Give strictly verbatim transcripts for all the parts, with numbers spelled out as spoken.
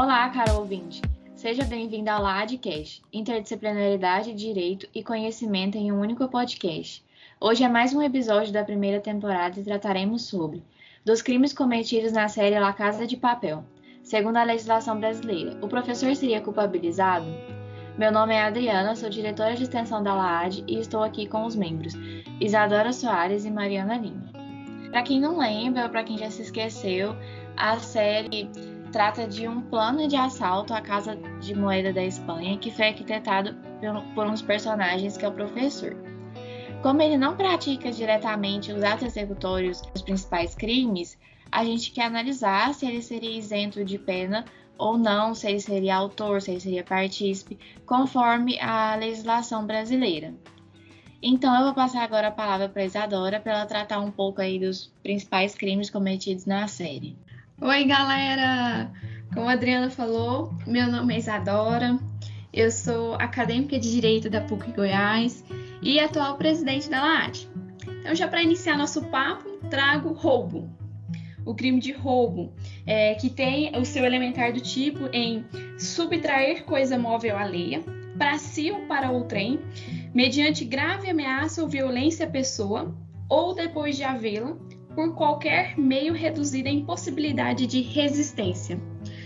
Olá, caro ouvinte. Seja bem-vindo ao LADcast, Interdisciplinaridade, Direito e Conhecimento em um único podcast. Hoje é mais um episódio da primeira temporada e trataremos sobre dos crimes cometidos na série La Casa de Papel. Segundo a legislação brasileira, o professor seria culpabilizado? Meu nome é Adriana, sou diretora de extensão da LAAD e estou aqui com os membros Isadora Soares e Mariana Lima. Para quem não lembra ou para quem já se esqueceu, a série trata de um plano de assalto à Casa de Moeda da Espanha que foi arquitetado por uns personagens que é o professor. Como ele não pratica diretamente os atos executórios dos principais crimes, a gente quer analisar se ele seria isento de pena ou não, se ele seria autor, se ele seria partícipe, conforme a legislação brasileira. Então eu vou passar agora a palavra para a Isadora para ela tratar um pouco aí dos principais crimes cometidos na série. Oi, galera! Como a Adriana falou, meu nome é Isadora, eu sou acadêmica de Direito da PUC Goiás e atual presidente da LAAD. Então, já para iniciar nosso papo, trago roubo. O crime de roubo, é, que tem o seu elementar do tipo em subtrair coisa móvel alheia, para si ou para outrem, mediante grave ameaça ou violência à pessoa, ou depois de havê-la, por qualquer meio reduzido à impossibilidade de resistência.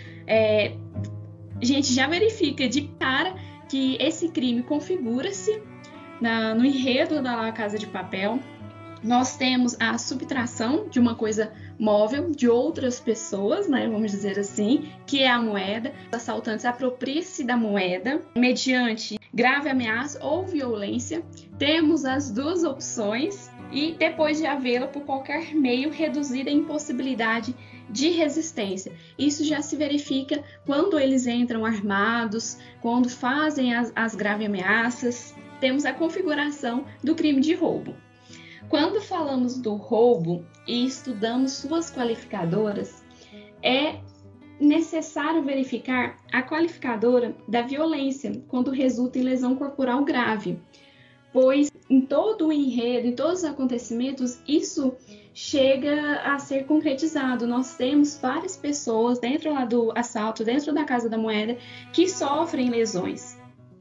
É, a gente já verifica de cara que esse crime configura-se na, no enredo da La Casa de Papel. Nós temos a subtração de uma coisa móvel de outras pessoas, né, vamos dizer assim, que é a moeda. Os assaltantes apropriam-se da moeda mediante grave ameaça ou violência. Temos as duas opções e depois de havê-la por qualquer meio reduzida à impossibilidade de resistência. Isso já se verifica quando eles entram armados, quando fazem as, as graves ameaças. Temos a configuração do crime de roubo. Quando falamos do roubo e estudamos suas qualificadoras, é necessário verificar a qualificadora da violência quando resulta em lesão corporal grave, pois em todo o enredo, em todos os acontecimentos, isso chega a ser concretizado. Nós temos várias pessoas dentro lá do assalto, dentro da Casa da Moeda, que sofrem lesões.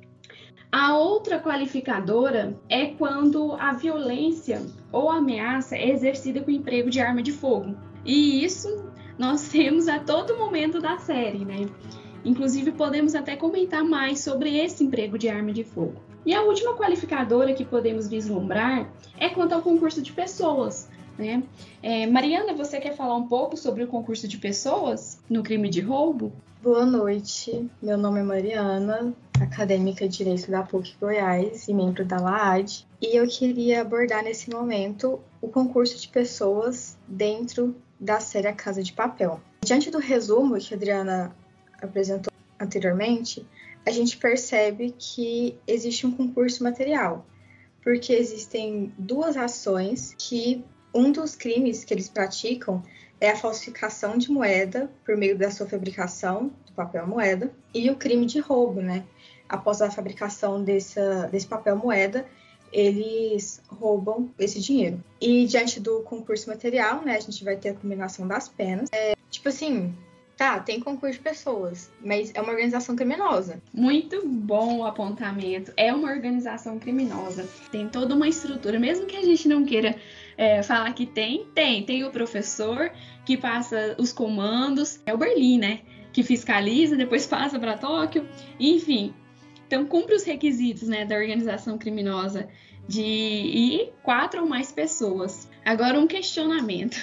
A outra qualificadora é quando a violência ou ameaça é exercida com o emprego de arma de fogo. E isso nós temos a todo momento da série, né? Inclusive, podemos até comentar mais sobre esse emprego de arma de fogo. E a última qualificadora que podemos vislumbrar é quanto ao concurso de pessoas, né? É, Mariana, você quer falar um pouco sobre o concurso de pessoas no crime de roubo? Boa noite, meu nome é Mariana, acadêmica de Direito da PUC Goiás e membro da LAAD, e eu queria abordar nesse momento o concurso de pessoas dentro da série A Casa de Papel. Diante do resumo que a Adriana apresentou anteriormente, a gente percebe que existe um concurso material, porque existem duas ações que um dos crimes que eles praticam é a falsificação de moeda por meio da sua fabricação do papel moeda e o crime de roubo, né? Após a fabricação dessa, desse papel moeda, eles roubam esse dinheiro. E diante do concurso material, né, a gente vai ter a combinação das penas. É, tipo assim, tá, tem concurso de pessoas, mas é uma organização criminosa. Muito bom o apontamento. É uma organização criminosa. Tem toda uma estrutura, mesmo que a gente não queira é, falar que tem, tem. Tem o professor que passa os comandos, é o Berlim, né? Que fiscaliza, depois passa para Tóquio, enfim. Então, cumpre os requisitos, né, da organização criminosa de ir quatro ou mais pessoas. Agora, um questionamento.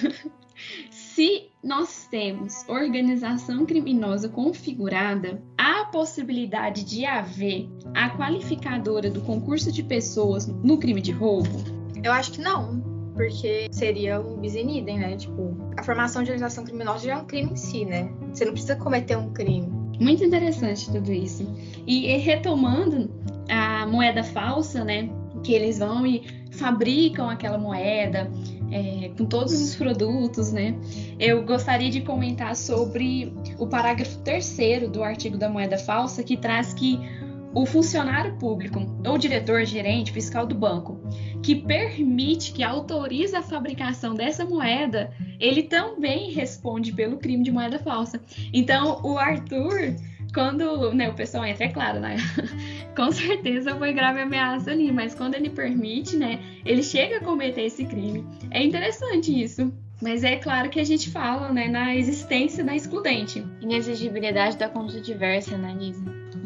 Se nós temos organização criminosa configurada, há a possibilidade de haver a qualificadora do concurso de pessoas no crime de roubo? Eu acho que não, porque seria um bis in idem, né? Tipo, a formação de organização criminosa já é um crime em si, né? Você não precisa cometer um crime. Muito interessante tudo isso. E retomando a moeda falsa, né? Que eles vão e fabricam aquela moeda é, com todos os produtos, né? Eu gostaria de comentar sobre o parágrafo terceiro do artigo da moeda falsa, que traz que o funcionário público, ou diretor, gerente, fiscal do banco, que permite, que autoriza a fabricação dessa moeda, ele também responde pelo crime de moeda falsa. Então, o Arthur, quando, né, o pessoal entra, é claro, né? Com certeza foi grave ameaça ali, mas quando ele permite, né, ele chega a cometer esse crime. É interessante isso. Mas é claro que a gente fala, né, na existência da excludente. Inexigibilidade da conduta diversa, né, Lisa?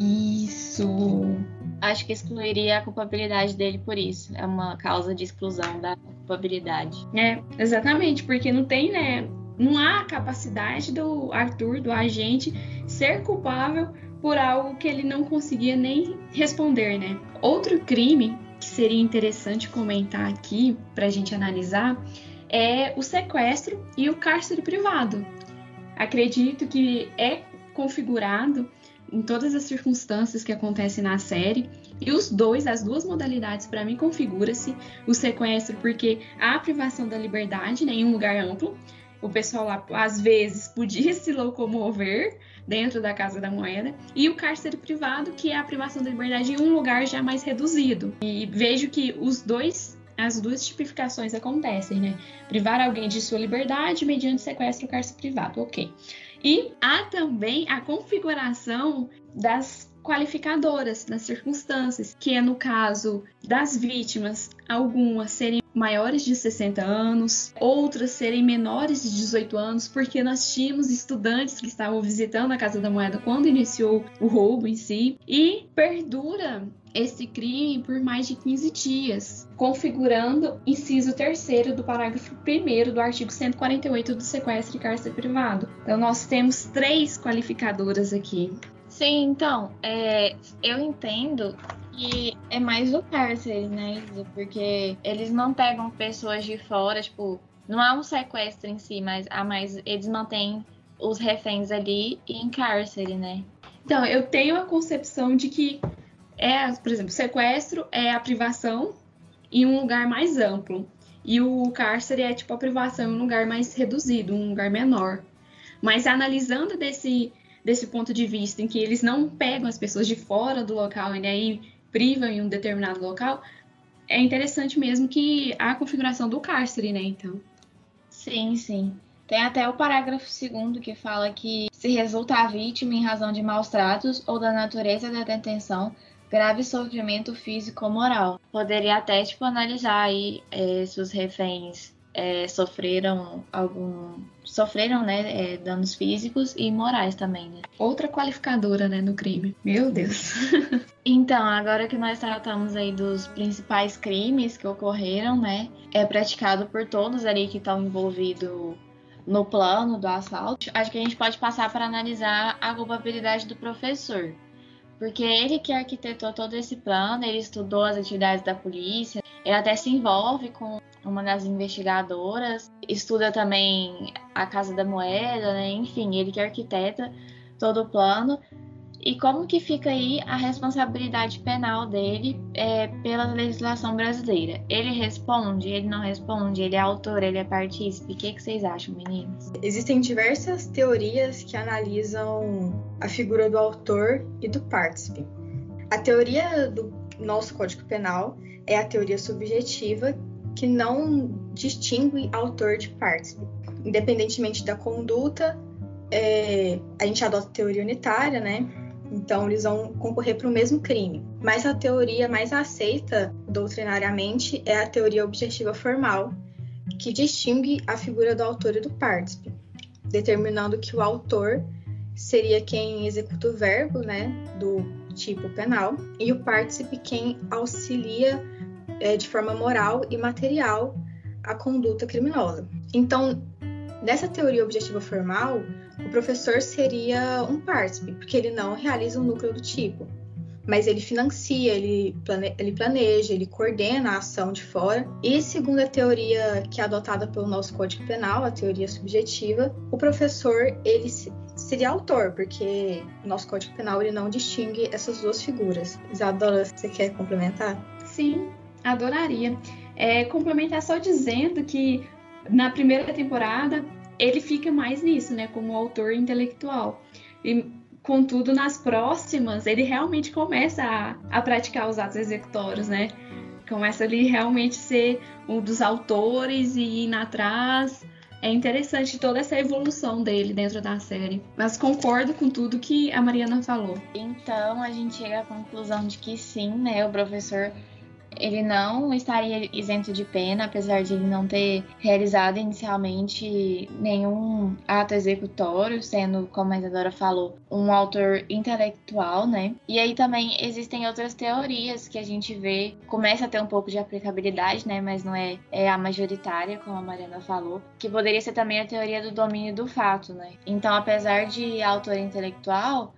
Isso. Acho que excluiria a culpabilidade dele por isso. É uma causa de exclusão da culpabilidade. É, exatamente, porque não tem, né, não há capacidade do Arthur, do agente, ser culpável por algo que ele não conseguia nem responder, né? Outro crime que seria interessante comentar aqui pra gente analisar é o sequestro e o cárcere privado. Acredito que é configurado em todas as circunstâncias que acontecem na série, e os dois, as duas modalidades, para mim, configura-se o sequestro porque há a privação da liberdade, né, em um lugar amplo. O pessoal lá, às vezes, podia se locomover dentro da Casa da Moeda, e o cárcere privado, que é a privação da liberdade em um lugar já mais reduzido. E vejo que os dois, as duas tipificações acontecem, né? Privar alguém de sua liberdade mediante sequestro ou cárcere privado, ok. E há também a configuração das qualificadoras, das circunstâncias, que é no caso das vítimas, algumas serem maiores de sessenta anos, outras serem menores de dezoito anos, porque nós tínhamos estudantes que estavam visitando a Casa da Moeda quando iniciou o roubo em si, e perdura esse crime por mais de quinze dias, configurando inciso terceiro do parágrafo primeiro do artigo cento e quarenta e oito do sequestro e cárcere privado. Então nós temos três qualificadoras aqui. Sim, então, é, eu entendo que é mais o cárcere, né, Isa? Porque eles não pegam pessoas de fora, tipo, não há um sequestro em si, mas há mais, eles mantêm os reféns ali em cárcere, né? Então, eu tenho a concepção de que, é, por exemplo, sequestro é a privação em um lugar mais amplo, e o cárcere é tipo a privação em um lugar mais reduzido, um lugar menor. Mas analisando desse... desse ponto de vista em que eles não pegam as pessoas de fora do local e aí privam em um determinado local, é interessante mesmo que a configuração do cárcere, né, então. Sim, sim. Tem até o parágrafo segundo que fala que se resulta a vítima em razão de maus tratos ou da natureza da detenção, grave sofrimento físico ou moral. Poderia até, tipo, analisar aí é, se os reféns É, sofreram algum sofreram né é, danos físicos e morais também, né? Outra qualificadora, né, no crime. Meu Deus. Então, agora que nós tratamos aí dos principais crimes que ocorreram, né, é praticado por todos ali que estão envolvidos no plano do assalto. Acho que a gente pode passar para analisar a culpabilidade do professor, porque ele que arquitetou todo esse plano, ele estudou as atividades da polícia, ele até se envolve com uma das investigadoras, estuda também a Casa da Moeda, né? Enfim, ele que arquiteta todo o plano. E como que fica aí a responsabilidade penal dele é, pela legislação brasileira? Ele responde, ele não responde, ele é autor, ele é partícipe? O que, que vocês acham, meninas? Existem diversas teorias que analisam a figura do autor e do partícipe. A teoria do nosso Código Penal é a teoria subjetiva, que não distingue autor de partícipe. Independentemente da conduta, é, a gente adota a teoria unitária, né? Então, eles vão concorrer para o mesmo crime. Mas a teoria mais aceita doutrinariamente é a teoria objetiva formal, que distingue a figura do autor e do partícipe, determinando que o autor seria quem executa o verbo, né, do tipo penal, e o partícipe quem auxilia é, de forma moral e material a conduta criminosa. Então, nessa teoria objetiva formal, o professor seria um partícipe, porque ele não realiza o núcleo do tipo, mas ele financia, ele, plane... ele planeja, ele coordena a ação de fora. E segundo a teoria que é adotada pelo nosso Código Penal, a teoria subjetiva, o professor ele seria autor, porque o nosso Código Penal ele não distingue essas duas figuras. Isadora, você quer complementar? Sim, adoraria. É, complementar só dizendo que na primeira temporada ele fica mais nisso, né, como autor intelectual. E, contudo, nas próximas, ele realmente começa a, a praticar os atos executórios, né? Começa ali realmente ser um dos autores e ir atrás é interessante toda essa evolução dele dentro da série. Mas concordo com tudo que a Mariana falou. Então a gente chega à conclusão de que sim, né, o professor ele não estaria isento de pena, apesar de ele não ter realizado inicialmente nenhum ato executório, sendo, como a Isadora falou, um autor intelectual, né? E aí também existem outras teorias que a gente vê, começa a ter um pouco de aplicabilidade, né? Mas não é, é a majoritária, como a Mariana falou, que poderia ser também a teoria do domínio do fato, né? Então, apesar de autor intelectual,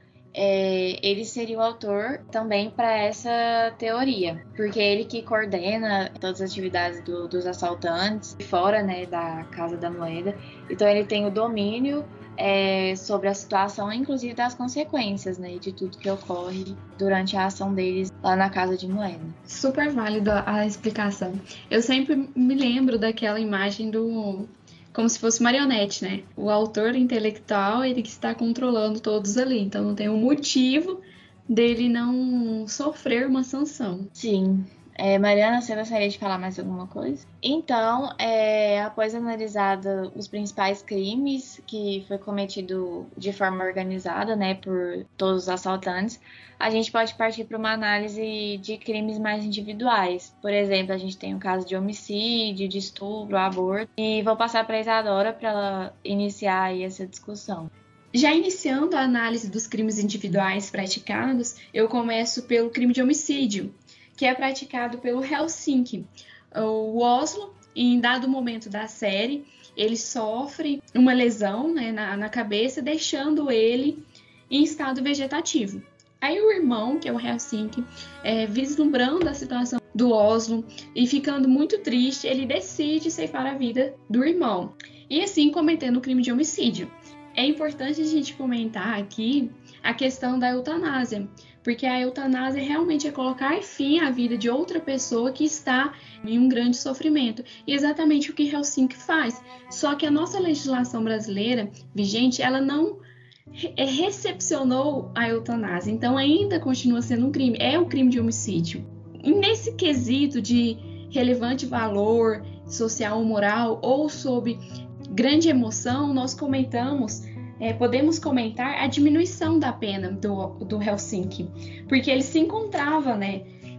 É, ele seria o autor também para essa teoria, porque é ele que coordena todas as atividades do, dos assaltantes fora, né, da Casa da Moeda. Então ele tem o domínio é, sobre a situação, inclusive das consequências, né, de tudo que ocorre durante a ação deles lá na Casa de Moeda. Super válida a explicação. Eu sempre me lembro daquela imagem do... como se fosse marionete, né? O autor intelectual, ele que está controlando todos ali. Então, não tem um motivo dele não sofrer uma sanção. Sim. É, Mariana, você gostaria de falar mais alguma coisa? Então, é, após analisada os principais crimes que foi cometido de forma organizada, né, por todos os assaltantes, a gente pode partir para uma análise de crimes mais individuais. Por exemplo, a gente tem o caso de homicídio, de estupro, aborto. E vou passar para a Isadora para ela iniciar aí essa discussão. Já iniciando a análise dos crimes individuais praticados, eu começo pelo crime de homicídio, que é praticado pelo Helsinki. O Oslo, em dado momento da série, ele sofre uma lesão, né, na, na cabeça, deixando ele em estado vegetativo. Aí o irmão, que é o Helsinki, é, vislumbrando a situação do Oslo e ficando muito triste, ele decide ceifar a vida do irmão, e assim cometendo o crime de homicídio. É importante a gente comentar aqui a questão da eutanásia, porque a eutanásia realmente é colocar fim à vida de outra pessoa que está em um grande sofrimento. E exatamente o que Helsinki faz. Só que a nossa legislação brasileira vigente, ela não recepcionou a eutanásia. Então ainda continua sendo um crime. É o crime de homicídio. E nesse quesito de relevante valor social ou moral ou sob grande emoção, nós comentamos... É, podemos comentar a diminuição da pena do, do Helsinki, porque ele se encontrava, né,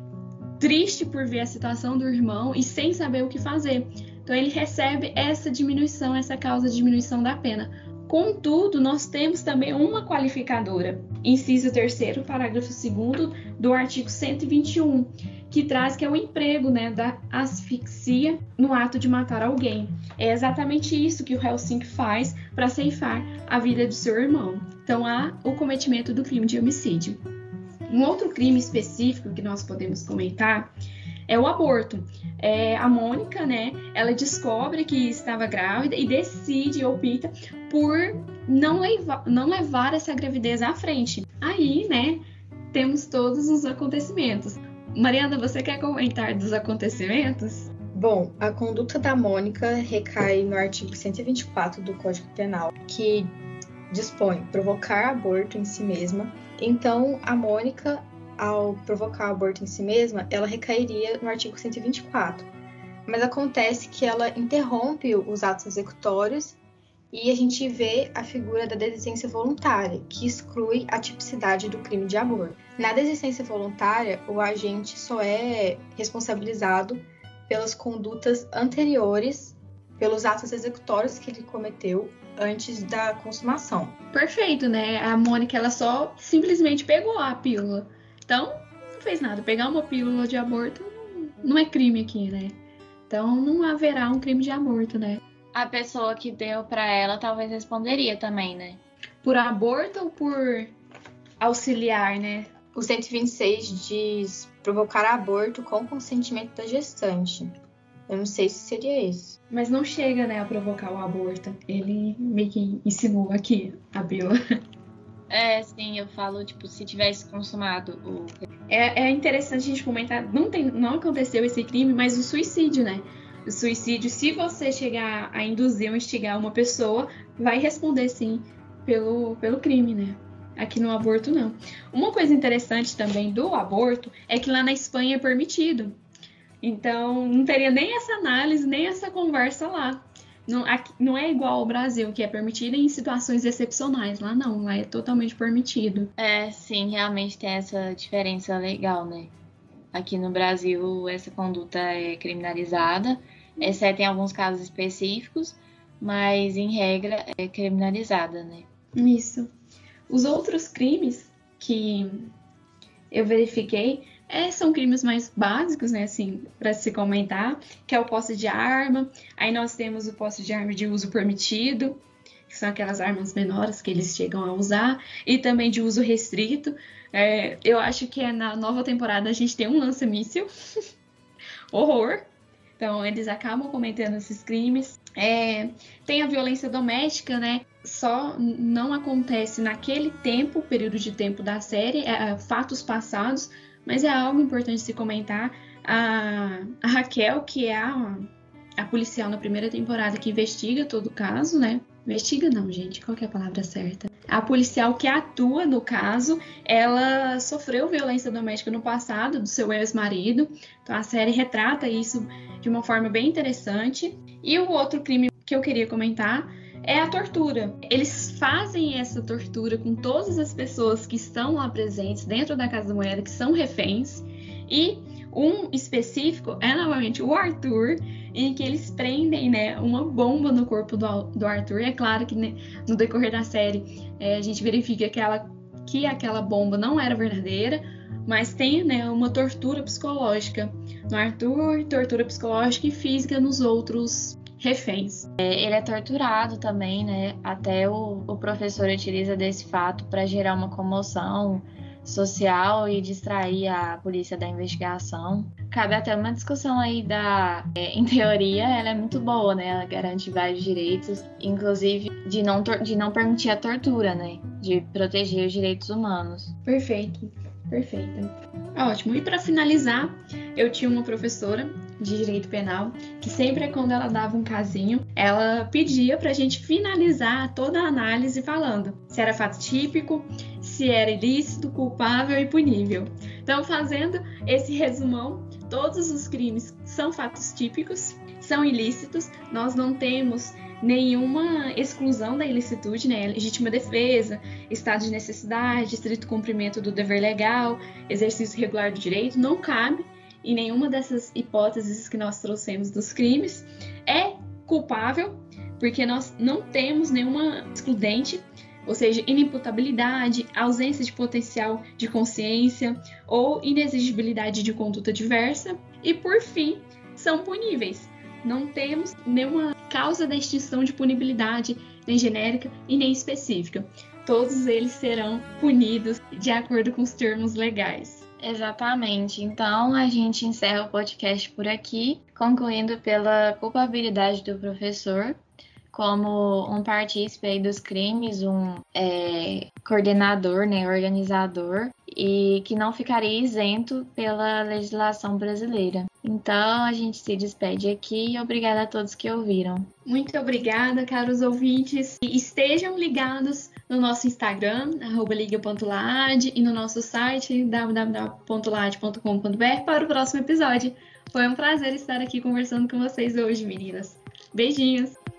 triste por ver a situação do irmão e sem saber o que fazer. Então ele recebe essa diminuição, essa causa de diminuição da pena. Contudo, nós temos também uma qualificadora, inciso terceiro, parágrafo segundo do artigo cento e vinte e um, que traz que é o emprego, né, da asfixia no ato de matar alguém. É exatamente isso que o Helsinki faz para ceifar a vida do seu irmão. Então há o cometimento do crime de homicídio. Um outro crime específico que nós podemos comentar é o aborto. É, a Mônica, né, ela descobre que estava grávida e decide, opta por não levar, não levar essa gravidez à frente. Aí, né, temos todos os acontecimentos. Mariana, você quer comentar dos acontecimentos? Bom, a conduta da Mônica recai no artigo cento e vinte e quatro do Código Penal, que dispõe provocar aborto em si mesma. Então, a Mônica, ao provocar aborto em si mesma, ela recairia no artigo cento e vinte e quatro. Mas acontece que ela interrompe os atos executórios e a gente vê a figura da desistência voluntária, que exclui a tipicidade do crime de aborto. Na desistência voluntária, o agente só é responsabilizado pelas condutas anteriores, pelos atos executórios que ele cometeu antes da consumação. Perfeito, né? A Mônica, ela só simplesmente pegou a pílula. Então, não fez nada. Pegar uma pílula de aborto não é crime aqui, né? Então, não haverá um crime de aborto, né? A pessoa que deu pra ela talvez responderia também, né? Por aborto ou por auxiliar, né? O cento e vinte e seis diz provocar aborto com consentimento da gestante. Eu não sei se seria esse. Mas não chega, né, a provocar o aborto. Ele meio que ensinou aqui a Bila. É, sim, eu falo, tipo, se tivesse consumado o... É, é interessante a gente comentar, não, tem, não aconteceu esse crime, mas o suicídio, né? O suicídio, se você chegar a induzir ou instigar uma pessoa, vai responder, sim, pelo, pelo crime, né? Aqui no aborto, não. Uma coisa interessante também do aborto é que lá na Espanha é permitido. Então, não teria nem essa análise, nem essa conversa lá. Não, aqui, não é igual ao Brasil, que é permitido em situações excepcionais. Lá não, lá é totalmente permitido. É, sim, realmente tem essa diferença legal, né? Aqui no Brasil, essa conduta é criminalizada, exceto em alguns casos específicos, mas em regra é criminalizada, né? Isso. Os outros crimes que eu verifiquei é, são crimes mais básicos, né, assim, para se comentar, que é o posse de arma. Aí nós temos o posse de arma de uso permitido, que são aquelas armas menores que eles chegam a usar, e também de uso restrito. É, eu acho que é na nova temporada a gente tem um lança-míssil. Horror! Então, eles acabam cometendo esses crimes. É, tem a violência doméstica, né? Só não acontece naquele tempo, período de tempo da série, é, fatos passados, mas é algo importante se comentar. A, a Raquel, que é a, a policial na primeira temporada que investiga todo o caso, né? Investiga não, gente, qual que é a palavra certa? A policial que atua no caso, ela sofreu violência doméstica no passado do seu ex-marido. Então a série retrata isso de uma forma bem interessante. E o outro crime que eu queria comentar é a tortura. Eles fazem essa tortura com todas as pessoas que estão lá presentes dentro da Casa da Moeda, que são reféns. E um específico é novamente o Arthur, em que eles prendem, né, uma bomba no corpo do, do Arthur. É claro que, né, no decorrer da série é, a gente verifica que, ela, que aquela bomba não era verdadeira, mas tem, né, uma tortura psicológica no Arthur, tortura psicológica e física nos outros reféns. É, ele é torturado também, né? Até o, o professor utiliza desse fato para gerar uma comoção social e distrair a polícia da investigação. Cabe até uma discussão aí da... É, em teoria, ela é muito boa, né? Ela garante vários direitos, inclusive de não, de não permitir a tortura, né? De proteger os direitos humanos. Perfeito, perfeito. Ótimo. E para finalizar, eu tinha uma professora de direito penal que sempre quando ela dava um casinho, ela pedia pra gente finalizar toda a análise falando se era fato típico, se era ilícito, culpável e punível. Então, fazendo esse resumão, todos os crimes são fatos típicos, são ilícitos, nós não temos nenhuma exclusão da ilicitude, né? Legítima defesa, estado de necessidade, estrito cumprimento do dever legal, exercício regular do direito, não cabe em nenhuma dessas hipóteses que nós trouxemos dos crimes. É culpável, porque nós não temos nenhuma excludente, ou seja, inimputabilidade, ausência de potencial de consciência ou inexigibilidade de conduta diversa. E, por fim, são puníveis. Não temos nenhuma causa da extinção de punibilidade, nem genérica e nem específica. Todos eles serão punidos de acordo com os termos legais. Exatamente. Então, a gente encerra o podcast por aqui, concluindo pela culpabilidade do professor como um partícipe aí dos crimes, um é, coordenador, né, organizador, e que não ficaria isento pela legislação brasileira. Então, a gente se despede aqui e obrigada a todos que ouviram. Muito obrigada, caros ouvintes. E estejam ligados no nosso Instagram, arroba liga ponto laad, e no nosso site, w w w ponto laad ponto com ponto b r, para o próximo episódio. Foi um prazer estar aqui conversando com vocês hoje, meninas. Beijinhos!